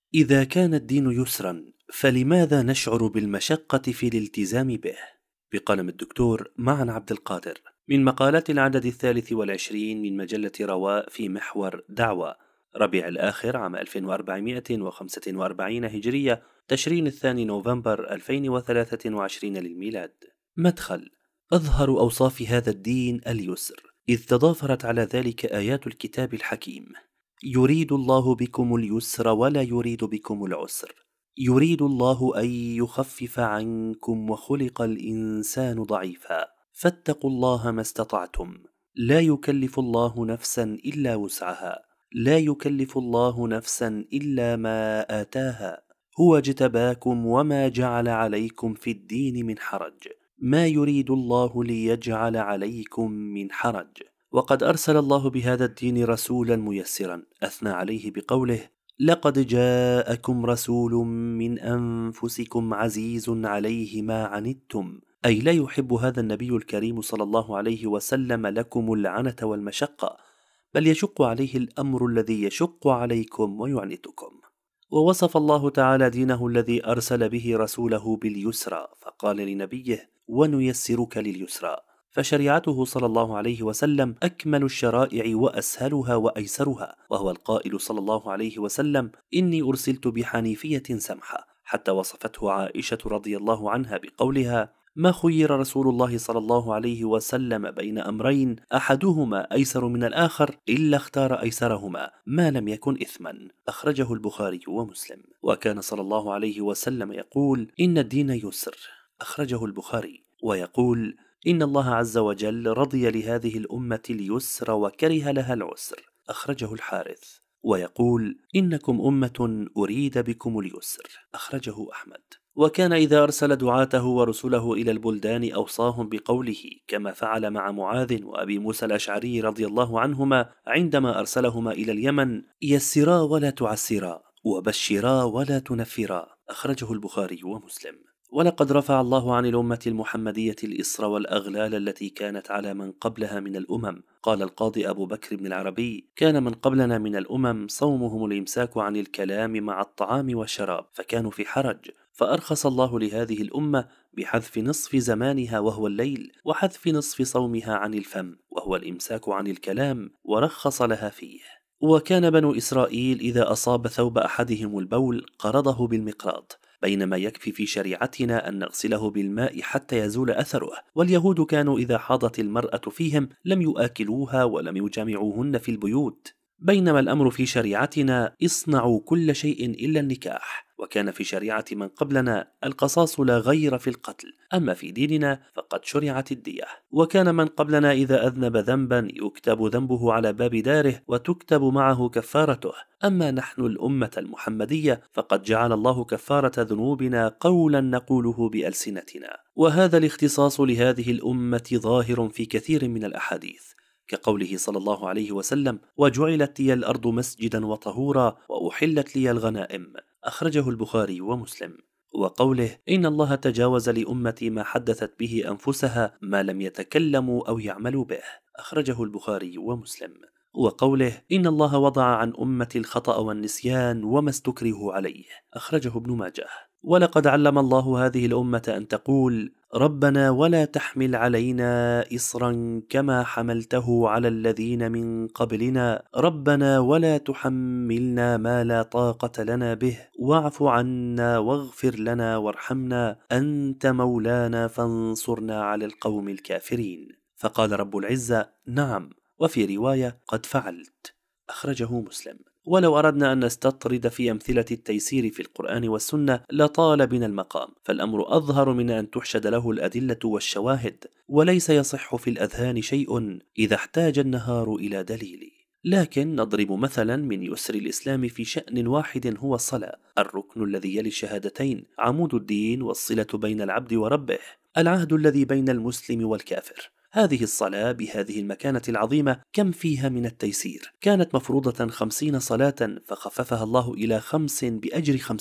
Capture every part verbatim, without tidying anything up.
إذا كان الدين يسرا فلماذا نشعر بالمشقة في الالتزام به؟ بقلم الدكتور معن عبد القادر، من مقالات العدد الثالث والعشرين من مجلة رواء في محور دعوة، ربيع الآخر عام ألف وأربعمائة وخمسة وأربعين هجرية، تشرين الثاني نوفمبر ألفين وثلاثة وعشرين للميلاد. مدخل. أظهر أوصاف هذا الدين اليسر، إذ تضافرت على ذلك آيات الكتاب الحكيم: يريد الله بكم اليسر ولا يريد بكم العسر، يريد الله أن يخفف عنكم وخلق الإنسان ضعيفا، فاتقوا الله ما استطعتم، لا يكلف الله نفسا إلا وسعها، لا يكلف الله نفسا إلا ما آتاها، هو اجتباكم وما جعل عليكم في الدين من حرج، ما يريد الله ليجعل عليكم من حرج. وقد أرسل الله بهذا الدين رسولا ميسرا أثنى عليه بقوله: لقد جاءكم رسول من أنفسكم عزيز عليه ما عنتم، أي لا يحب هذا النبي الكريم صلى الله عليه وسلم لكم العنة والمشقة، بل يشق عليه الأمر الذي يشق عليكم ويعنتكم. ووصف الله تعالى دينه الذي أرسل به رسوله باليسرى، فقال لنبيه: ونيسرك لليسرى، فشريعته صلى الله عليه وسلم أكمل الشرائع وأسهلها وأيسرها، وهو القائل صلى الله عليه وسلم: إني أرسلت بحنيفية سمحة، حتى وصفته عائشة رضي الله عنها بقولها: ما خير رسول الله صلى الله عليه وسلم بين أمرين أحدهما أيسر من الآخر إلا اختار أيسرهما ما لم يكن إثما، أخرجه البخاري ومسلم. وكان صلى الله عليه وسلم يقول: إن الدين يسر، أخرجه البخاري، ويقول: إن الله عز وجل رضي لهذه الأمة اليسر وكره لها العسر، أخرجه الحارث، ويقول: إنكم أمة أريد بكم اليسر، أخرجه أحمد. وكان إذا أرسل دعاته ورسله إلى البلدان أوصاهم بقوله، كما فعل مع معاذ وأبي موسى الأشعري رضي الله عنهما عندما أرسلهما إلى اليمن: يسرا ولا تعسرا، وبشرا ولا تنفرا، أخرجه البخاري ومسلم. ولقد رفع الله عن الأمة المحمدية الإصر والأغلال التي كانت على من قبلها من الأمم. قال القاضي أبو بكر بن العربي: كان من قبلنا من الأمم صومهم الإمساك عن الكلام مع الطعام والشراب، فكانوا في حرج، فأرخص الله لهذه الأمة بحذف نصف زمانها وهو الليل، وحذف نصف صومها عن الفم وهو الإمساك عن الكلام، ورخص لها فيه. وكان بنو إسرائيل إذا أصاب ثوب أحدهم البول قرضه بالمقراض، بينما يكفي في شريعتنا أن نغسله بالماء حتى يزول أثره. واليهود كانوا إذا حاضت المرأة فيهم لم يؤكلوها ولم يجامعوهن في البيوت، بينما الأمر في شريعتنا: اصنعوا كل شيء إلا النكاح. وكان في شريعة من قبلنا القصاص لا غير في القتل، أما في ديننا فقد شرعت الدية. وكان من قبلنا إذا أذنب ذنبا يكتب ذنبه على باب داره وتكتب معه كفارته، أما نحن الأمة المحمدية فقد جعل الله كفارة ذنوبنا قولا نقوله بألسنتنا. وهذا الاختصاص لهذه الأمة ظاهر في كثير من الأحاديث، كقوله صلى الله عليه وسلم: وجعلت لي الأرض مسجدا وطهورا وأحلت لي الغنائم، أخرجه البخاري ومسلم. وقوله: إن الله تجاوز لأمتي ما حدثت به أنفسها ما لم يتكلموا أو يعملوا به، أخرجه البخاري ومسلم. وقوله: إن الله وضع عن أمتي الخطأ والنسيان وما استكرهوا عليه، أخرجه ابن ماجه. ولقد علم الله هذه الأمة أن تقول: ربنا ولا تحمل علينا إصرا كما حملته على الذين من قبلنا، ربنا ولا تحملنا ما لا طاقة لنا به، واعف عنا واغفر لنا وارحمنا، أنت مولانا فانصرنا على القوم الكافرين. فقال رب العزة: نعم، وفي رواية: قد فعلت، أخرجه مسلم. ولو أردنا أن نستطرد في أمثلة التيسير في القرآن والسنة لطال بنا المقام، فالأمر أظهر من أن تحشد له الأدلة والشواهد، وليس يصح في الأذهان شيء إذا احتاج النهار إلى دليل. لكن نضرب مثلا من يسر الإسلام في شأن واحد هو الصلاة، الركن الذي يلي الشهادتين، عمود الدين والصلة بين العبد وربه، العهد الذي بين المسلم والكافر. هذه الصلاة بهذه المكانة العظيمة كم فيها من التيسير! كانت مفروضة خمسين صلاة فخففها الله إلى خمس بأجر خمسين،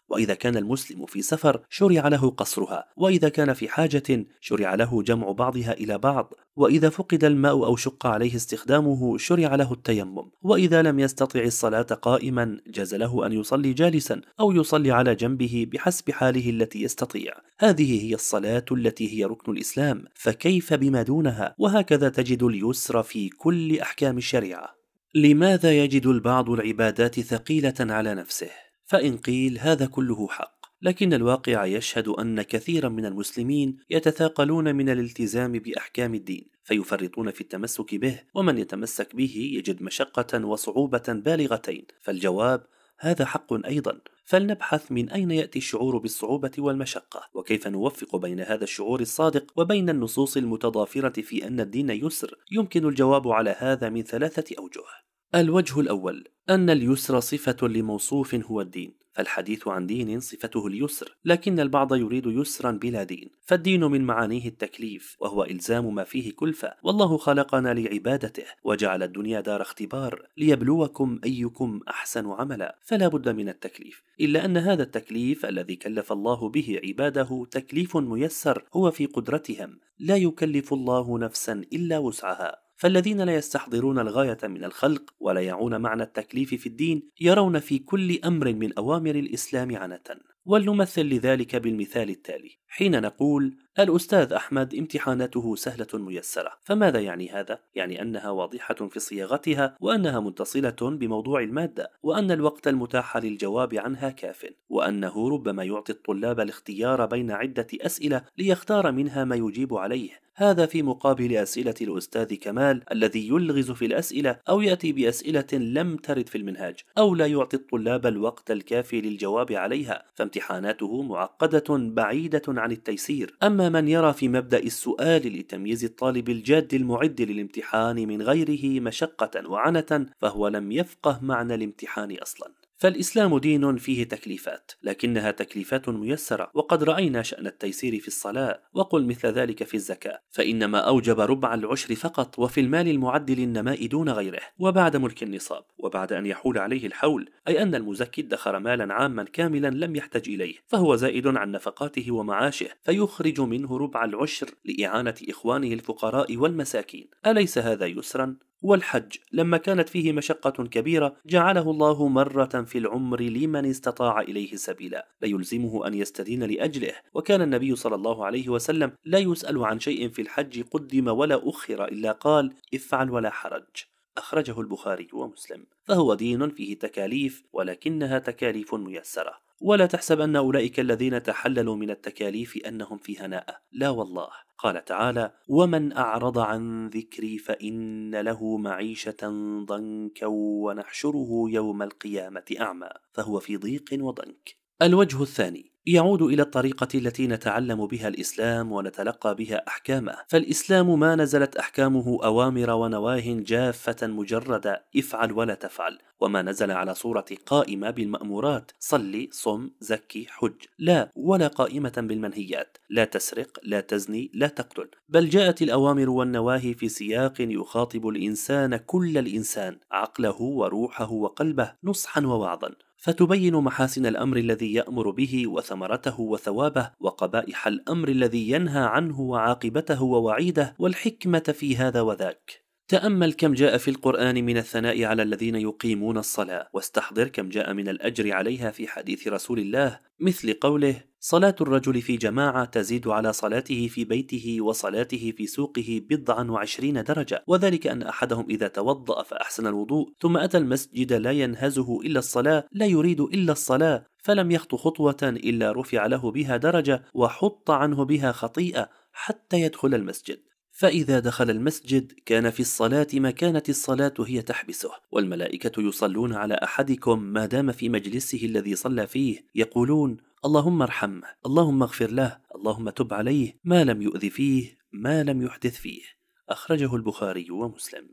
وإذا كان المسلم في سفر شرع له قصرها، وإذا كان في حاجة شرع له جمع بعضها إلى بعض، وإذا فقد الماء أو شق عليه استخدامه شرع له التيمم، وإذا لم يستطع الصلاة قائما جاز له أن يصلي جالسا أو يصلي على جنبه بحسب حاله التي يستطيع. هذه هي الصلاة التي هي ركن الإسلام، فكيف بما دونها؟ وهكذا تجد اليسر في كل أحكام الشريعة. لماذا يجد البعض العبادات ثقيلة على نفسه؟ فإن قيل هذا كله حق، لكن الواقع يشهد أن كثيرا من المسلمين يتثاقلون من الالتزام بأحكام الدين فيفرطون في التمسك به، ومن يتمسك به يجد مشقة وصعوبة بالغتين. فالجواب هذا حق أيضا، فلنبحث من أين يأتي الشعور بالصعوبة والمشقة، وكيف نوفق بين هذا الشعور الصادق وبين النصوص المتضافرة في أن الدين يسر. يمكن الجواب على هذا من ثلاثة أوجه. الوجه الأول أن اليسر صفة لموصوف هو الدين، فالحديث عن دين صفته اليسر، لكن البعض يريد يسرا بلا دين، فالدين من معانيه التكليف، وهو إلزام ما فيه كلفة، والله خلقنا لعبادته وجعل الدنيا دار اختبار ليبلوكم أيكم أحسن عملا، فلا بد من التكليف، إلا أن هذا التكليف الذي كلف الله به عباده تكليف ميسر هو في قدرتهم، لا يكلف الله نفسا إلا وسعها. فالذين لا يستحضرون الغاية من الخلق ولا يعون معنى التكليف في الدين يرون في كل أمر من أوامر الإسلام عنة. ولنمثل لذلك بالمثال التالي. حين نقول الأستاذ أحمد امتحاناته سهلة ميسرة، فماذا يعني هذا؟ يعني أنها واضحة في صياغتها، وأنها متصلة بموضوع المادة، وأن الوقت المتاح للجواب عنها كاف، وأنه ربما يعطي الطلاب الاختيار بين عدة أسئلة ليختار منها ما يجيب عليه. هذا في مقابل أسئلة الأستاذ كمال الذي يلغز في الأسئلة أو يأتي بأسئلة لم ترد في المنهاج أو لا يعطي الطلاب الوقت الكافي للجواب عليها، فامتحاناته معقدة بعيدة عن التيسير. أما من يرى في مبدأ السؤال لتمييز الطالب الجاد المعد للامتحان من غيره مشقة وعنة فهو لم يفقه معنى الامتحان أصلا. فالإسلام دين فيه تكليفات، لكنها تكليفات ميسرة، وقد رأينا شأن التيسير في الصلاة، وقل مثل ذلك في الزكاة، فإنما أوجب ربع العشر فقط، وفي المال المعد للنماء دون غيره، وبعد ملك النصاب، وبعد أن يحول عليه الحول، أي أن المزكي ادخر مالا عاما كاملا لم يحتج إليه، فهو زائد عن نفقاته ومعاشه، فيخرج منه ربع العشر لإعانة إخوانه الفقراء والمساكين. أليس هذا يسرا؟ والحج لما كانت فيه مشقة كبيرة جعله الله مرة في العمر لمن استطاع إليه سبيلا، ليلزمه أن يستدين لأجله، وكان النبي صلى الله عليه وسلم لا يسأل عن شيء في الحج قدم ولا أخر إلا قال افعل ولا حرج. أخرجه البخاري ومسلم. فهو دين فيه تكاليف، ولكنها تكاليف ميسرة. ولا تحسب أن أولئك الذين تحللوا من التكاليف أنهم في هناء، لا والله. قال تعالى: ومن أعرض عن ذكري فإن له معيشة ضنكا ونحشره يوم القيامة أعمى، فهو في ضيق وضنك. الوجه الثاني يعود إلى الطريقة التي نتعلم بها الإسلام ونتلقى بها أحكامه، فالإسلام ما نزلت أحكامه أوامر ونواه جافة مجرد افعل ولا تفعل، وما نزل على صورة قائمة بالمأمورات صلي صم زكي حج، لا، ولا قائمة بالمنهيات لا تسرق لا تزني لا تقتل، بل جاءت الأوامر والنواهي في سياق يخاطب الإنسان كل الإنسان عقله وروحه وقلبه نصحا ووعظا، فتبين محاسن الأمر الذي يأمر به وثمرته وثوابه، وقبائح الأمر الذي ينهى عنه وعاقبته ووعيده، والحكمة في هذا وذاك. تأمل كم جاء في القرآن من الثناء على الذين يقيمون الصلاة، واستحضر كم جاء من الأجر عليها في حديث رسول الله، مثل قوله: صلاة الرجل في جماعة تزيد على صلاته في بيته وصلاته في سوقه بضعا وعشرين درجة، وذلك أن أحدهم إذا توضأ فأحسن الوضوء ثم أتى المسجد لا ينهزه إلا الصلاة، لا يريد إلا الصلاة، فلم يخط خطوة إلا رفع له بها درجة وحط عنه بها خطيئة حتى يدخل المسجد. فإذا دخل المسجد كان في الصلاة ما كانت الصلاة هي تحبسه، والملائكة يصلون على أحدكم ما دام في مجلسه الذي صلى فيه، يقولون: اللهم ارحمه، اللهم اغفر له، اللهم تب عليه، ما لم يؤذ فيه، ما لم يحدث فيه. أخرجه البخاري ومسلم.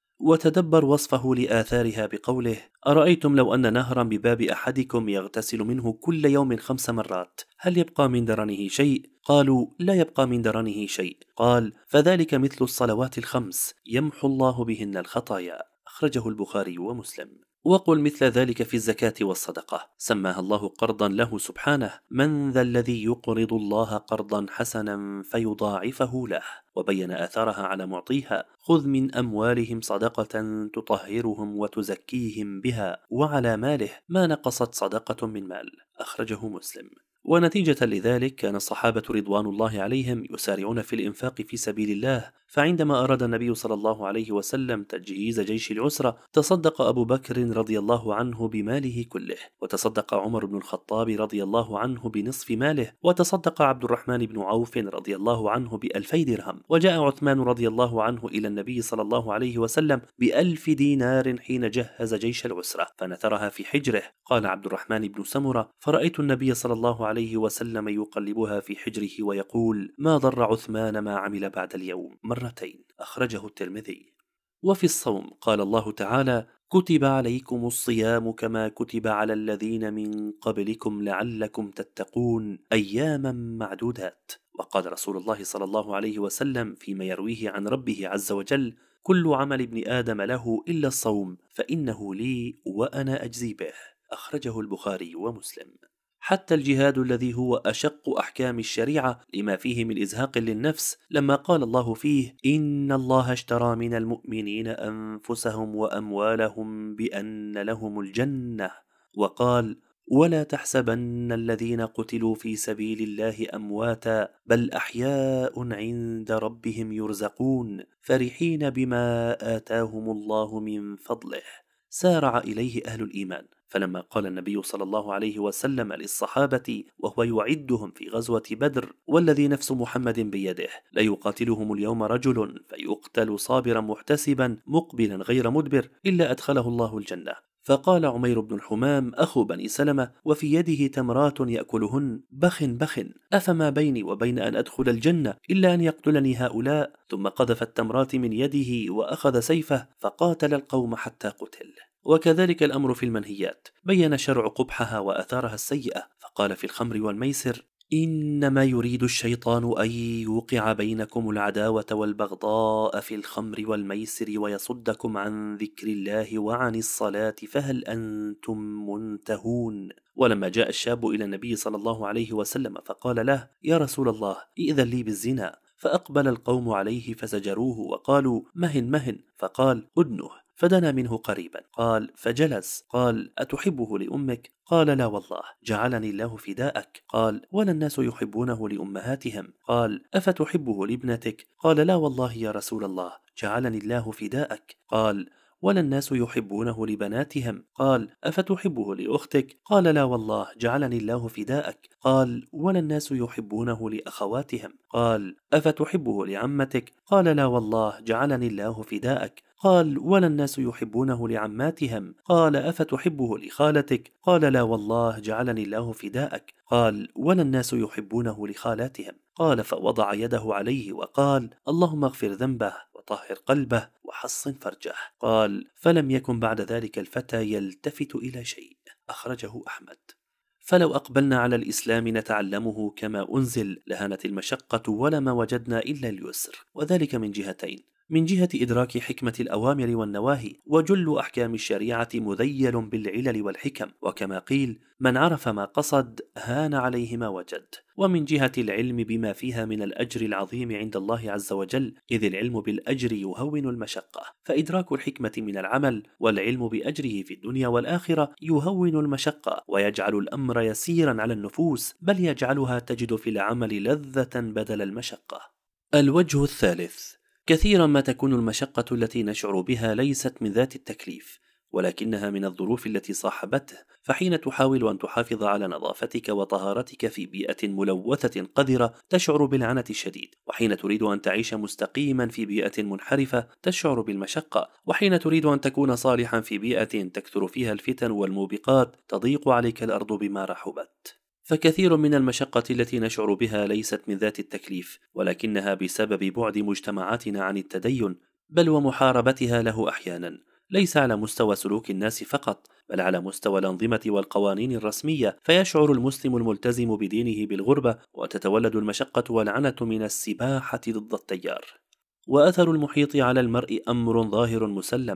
وتدبر وصفه لآثارها بقوله: أرأيتم لو أن نهرا بباب أحدكم يغتسل منه كل يوم خمس مرات هل يبقى من درنه شيء؟ قالوا: لا يبقى من درنه شيء. قال: فذلك مثل الصلوات الخمس يمحو الله بهن الخطايا. أخرجه البخاري ومسلم. وقل مثل ذلك في الزكاة والصدقة، سماها الله قرضا له سبحانه: من ذا الذي يقرض الله قرضا حسنا فيضاعفه له، وبين آثارها على معطيها: خذ من أموالهم صدقة تطهرهم وتزكيهم بها وعلى ماله ما نقصت صدقة من مال. أخرجه مسلم. ونتيجة لذلك كان الصحابة رضوان الله عليهم يسارعون في الإنفاق في سبيل الله، فعندما أراد النبي صلى الله عليه وسلم تجهيز جيش العسرة تصدق أبو بكر رضي الله عنه بماله كله، وتصدق عمر بن الخطاب رضي الله عنه بنصف ماله، وتصدق عبد الرحمن بن عوف رضي الله عنه بألفي درهم، وجاء عثمان رضي الله عنه إلى النبي صلى الله عليه وسلم بألف دينار حين جهز جيش العسرة فنثرها في حجره. قال عبد الرحمن بن سمرة: فرأيت النبي صلى الله عليه وسلم يقلبها في حجره ويقول: ما ضر عثمان ما عمل بعد اليوم، مرتين. أخرجه الترمذي. وفي الصوم قال الله تعالى: كتب عليكم الصيام كما كتب على الذين من قبلكم لعلكم تتقون أياما معدودات. وقال رسول الله صلى الله عليه وسلم فيما يرويه عن ربه عز وجل: كل عمل ابن آدم له إلا الصوم فإنه لي وأنا أجزي به. أخرجه البخاري ومسلم. حتى الجهاد الذي هو أشق أحكام الشريعة لما فيه من إزهاق للنفس، لما قال الله فيه: إن الله اشترى من المؤمنين أنفسهم وأموالهم بأن لهم الجنة، وقال: ولا تحسبن الذين قتلوا في سبيل الله أمواتا بل أحياء عند ربهم يرزقون فرحين بما آتاهم الله من فضله. سارع إليه أهل الإيمان، فلما قال النبي صلى الله عليه وسلم للصحابة وهو يعدهم في غزوة بدر: والذي نفس محمد بيده ليقاتلهم اليوم رجل فيقتل صابرا محتسبا مقبلا غير مدبر إلا أدخله الله الجنة. فقال عمير بن الحمام أخو بني سلمة وفي يده تمرات يأكلهن: بخ بخ، أفما بيني وبين أن أدخل الجنة إلا أن يقتلني هؤلاء؟ ثم قذف التمرات من يده وأخذ سيفه فقاتل القوم حتى قتل. وكذلك الأمر في المنهيات، بين شرع قبحها وأثارها السيئة، فقال في الخمر والميسر: إنما يريد الشيطان أن يوقع بينكم العداوة والبغضاء في الخمر والميسر ويصدكم عن ذكر الله وعن الصلاة فهل أنتم منتهون. ولما جاء الشاب إلى النبي صلى الله عليه وسلم فقال له: يا رسول الله إذن لي بالزنا، فأقبل القوم عليه فزجروه وقالوا: مهن مهن، فقال: أدنه، فدنا منه قريبا. قال فجلس. قال: أتحبه لأمك؟ قال: لا والله، جعلني الله فداءك. قال: ولا الناس يحبونه لأمهاتهم؟ قال: أفتحبه لابنتك؟ قال: لا والله يا رسول الله، جعلني الله فداءك. قال: ولا الناس يحبونه لبناتهم؟ قال: أفتحبه لأختك؟ قال: لا والله، جعلني الله فداءك. قال: ولا الناس يحبونه لأخواتهم؟ قال: أفتحبه لعمتك؟ قال: لا والله، جعلني الله فداءك. قال: ولا الناس يحبونه لعماتهم؟ قال: أفتحبه لخالتك؟ قال: لا والله، جعلني الله فداءك. قال: ولا الناس يحبونه لخالاتهم؟ قال: فوضع يده عليه وقال: اللهم اغفر ذنبه وطهر قلبه وحصن فرجه. قال: فلم يكن بعد ذلك الفتى يلتفت إلى شيء. أخرجه أحمد. فلو أقبلنا على الإسلام نتعلمه كما أنزل لهانت المشقة ولما وجدنا إلا اليسر، وذلك من جهتين: من جهة إدراك حكمة الأوامر والنواهي، وجل أحكام الشريعة مذيل بالعلل والحكم، وكما قيل: من عرف ما قصد هان عليه ما وجد. ومن جهة العلم بما فيها من الأجر العظيم عند الله عز وجل، إذ العلم بالأجر يهون المشقة، فإدراك الحكمة من العمل والعلم بأجره في الدنيا والآخرة يهون المشقة ويجعل الأمر يسيرا على النفوس، بل يجعلها تجد في العمل لذة بدل المشقة. الوجه الثالث: كثيرا ما تكون المشقة التي نشعر بها ليست من ذات التكليف، ولكنها من الظروف التي صاحبته، فحين تحاول أن تحافظ على نظافتك وطهارتك في بيئة ملوثة قذرة تشعر بالعنة الشديد، وحين تريد أن تعيش مستقيما في بيئة منحرفة تشعر بالمشقة، وحين تريد أن تكون صالحا في بيئة تكثر فيها الفتن والموبقات تضيق عليك الأرض بما رحبت. فكثير من المشقة التي نشعر بها ليست من ذات التكليف، ولكنها بسبب بعد مجتمعاتنا عن التدين، بل ومحاربتها له أحيانا، ليس على مستوى سلوك الناس فقط، بل على مستوى الأنظمة والقوانين الرسمية، فيشعر المسلم الملتزم بدينه بالغربة، وتتولد المشقة والعنة من السباحة ضد التيار. وأثر المحيط على المرء أمر ظاهر مسلم،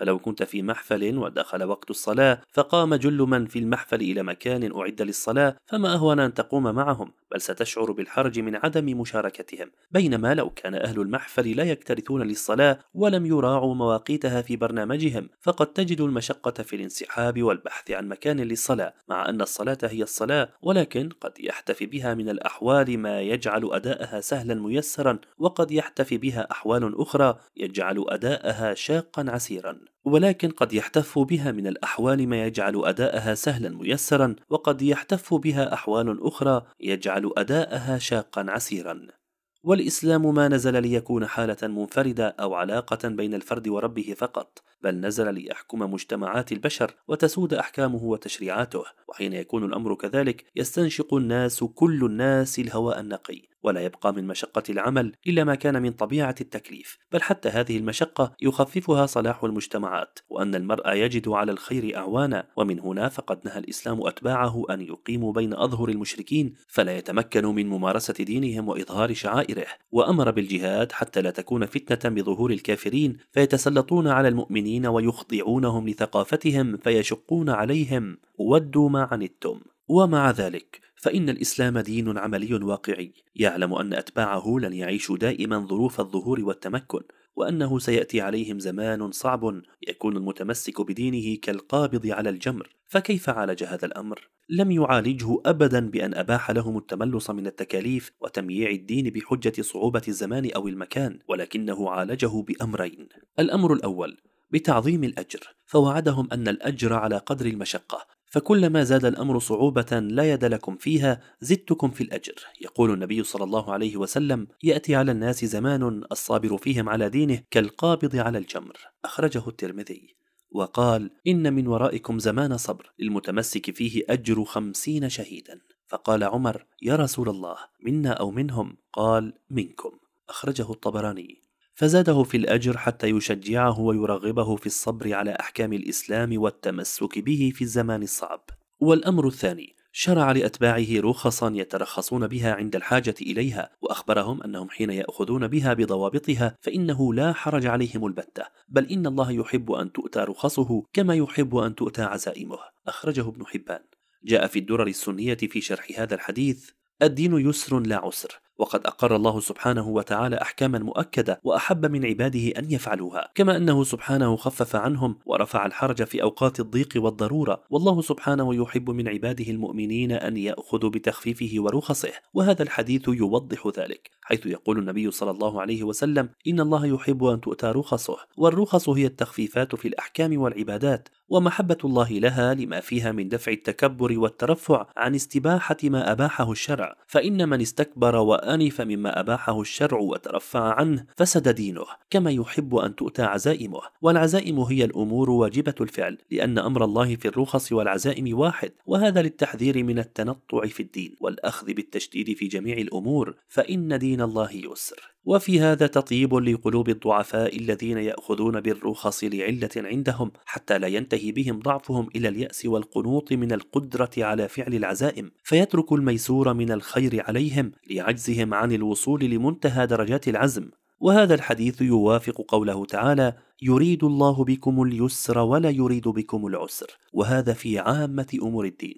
فلو كنت في محفل ودخل وقت الصلاة فقام جل من في المحفل إلى مكان أعد للصلاة، فما أهون أن تقوم معهم، بل ستشعر بالحرج من عدم مشاركتهم. بينما لو كان أهل المحفل لا يكترثون للصلاة ولم يراعوا مواقيتها في برنامجهم، فقد تجد المشقة في الانسحاب والبحث عن مكان للصلاة، مع أن الصلاة هي الصلاة، ولكن قد يحتفي بها من الأحوال ما يجعل أداءها سهلا ميسرا، وقد يحتفي بها أحوال أخرى يجعل أداءها شاقا عسيرا. ولكن قد يحتف بها من الأحوال ما يجعل أداءها سهلا ميسرا، وقد يحتف بها أحوال أخرى يجعل أداءها شاقا عسيرا. والإسلام ما نزل ليكون حالة منفردة أو علاقة بين الفرد وربه فقط، بل نزل ليحكم مجتمعات البشر وتسود أحكامه وتشريعاته. وحين يكون الأمر كذلك يستنشق الناس كل الناس الهواء النقي، ولا يبقى من مشقة العمل إلا ما كان من طبيعة التكليف، بل حتى هذه المشقة يخففها صلاح المجتمعات، وأن المرء يجد على الخير أعوانا. ومن هنا فقد نهى الإسلام أتباعه أن يقيموا بين أظهر المشركين فلا يتمكنوا من ممارسة دينهم وإظهار شعائره، وأمر بالجهاد حتى لا تكون فتنة بظهور الكافرين فيتسلطون على المؤمنين ويخضعونهم لثقافتهم فيشقون عليهم ودوا ما عنتم. ومع ذلك فإن الإسلام دين عملي واقعي، يعلم أن أتباعه لن يعيشوا دائما ظروف الظهور والتمكن، وأنه سيأتي عليهم زمان صعب يكون المتمسك بدينه كالقابض على الجمر. فكيف عالج هذا الأمر؟ لم يعالجه أبدا بأن أباح لهم التملص من التكاليف وتمييع الدين بحجة صعوبة الزمان أو المكان، ولكنه عالجه بأمرين. الأمر الأول بتعظيم الأجر، فوعدهم أن الأجر على قدر المشقة، فكلما زاد الأمر صعوبة لا يد لكم فيها زدتكم في الأجر. يقول النبي صلى الله عليه وسلم: يأتي على الناس زمان الصابر فيهم على دينه كالقابض على الجمر، أخرجه الترمذي. وقال: إن من ورائكم زمان صبر المتمسك فيه أجر خمسين شهيدا. فقال عمر: يا رسول الله، منا أو منهم؟ قال: منكم، أخرجه الطبراني. فزاده في الأجر حتى يشجعه ويرغبه في الصبر على أحكام الإسلام والتمسك به في الزمان الصعب. والأمر الثاني شرع لأتباعه رخصا يترخصون بها عند الحاجة إليها، وأخبرهم أنهم حين يأخذون بها بضوابطها فإنه لا حرج عليهم البتة، بل إن الله يحب أن تؤتى رخصه كما يحب أن تؤتى عزائمه، أخرجه ابن حبان. جاء في الدرر السنية في شرح هذا الحديث: الدين يسر لا عسر، وقد أقر الله سبحانه وتعالى أحكاما مؤكدة وأحب من عباده أن يفعلوها، كما أنه سبحانه خفف عنهم ورفع الحرج في أوقات الضيق والضرورة، والله سبحانه يحب من عباده المؤمنين أن يأخذوا بتخفيفه ورخصه. وهذا الحديث يوضح ذلك، حيث يقول النبي صلى الله عليه وسلم: إن الله يحب أن تؤتى رخصه، والرخص هي التخفيفات في الأحكام والعبادات، ومحبة الله لها لما فيها من دفع التكبر والترفع عن استباحة ما أباحه الشرع، فإن من استكبر وأنف مما أباحه الشرع وترفع عنه فسد دينه، كما يحب أن تؤتى عزائمه. والعزائم هي الأمور واجبة الفعل، لأن أمر الله في الرخص والعزائم واحد، وهذا للتحذير من التنطع في الدين والأخذ بالتشديد في جميع الأمور، فإن دين الله يسر. وفي هذا تطيب لقلوب الضعفاء الذين يأخذون بالرخص لعلة عندهم، حتى لا ينتهي بهم ضعفهم إلى اليأس والقنوط من القدرة على فعل العزائم، فيترك الميسور من الخير عليهم لعجزهم عن الوصول لمنتهى درجات العزم. وهذا الحديث يوافق قوله تعالى: يريد الله بكم اليسر ولا يريد بكم العسر، وهذا في عامة أمور الدين.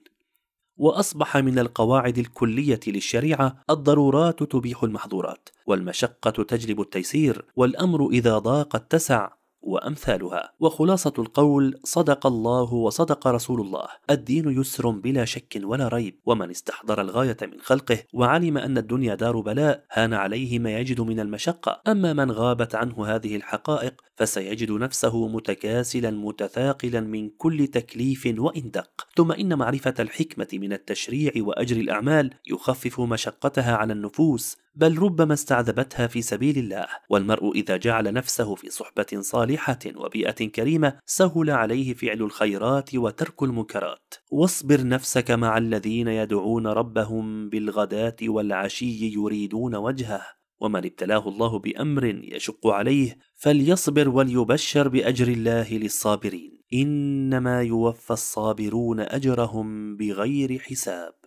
وأصبح من القواعد الكلية للشريعة: الضرورات تبيح المحظورات، والمشقة تجلب التيسير، والأمر إذا ضاق اتسع، وأمثالها. وخلاصة القول: صدق الله وصدق رسول الله، الدين يسر بلا شك ولا ريب، ومن استحضر الغاية من خلقه وعلم أن الدنيا دار بلاء هان عليه ما يجد من المشقة. أما من غابت عنه هذه الحقائق فسيجد نفسه متكاسلا متثاقلا من كل تكليف وإن دق. ثم إن معرفة الحكمة من التشريع وأجر الأعمال يخفف مشقتها على النفوس، بل ربما استعذبتها في سبيل الله. والمرء إذا جعل نفسه في صحبة صالحة وبيئة كريمة سهل عليه فعل الخيرات وترك المنكرات. واصبر نفسك مع الذين يدعون ربهم بالغداة والعشي يريدون وجهه، ومن ابتلاه الله بأمر يشق عليه فليصبر وليبشر بأجر الله للصابرين، إنما يوفى الصابرون أجرهم بغير حساب.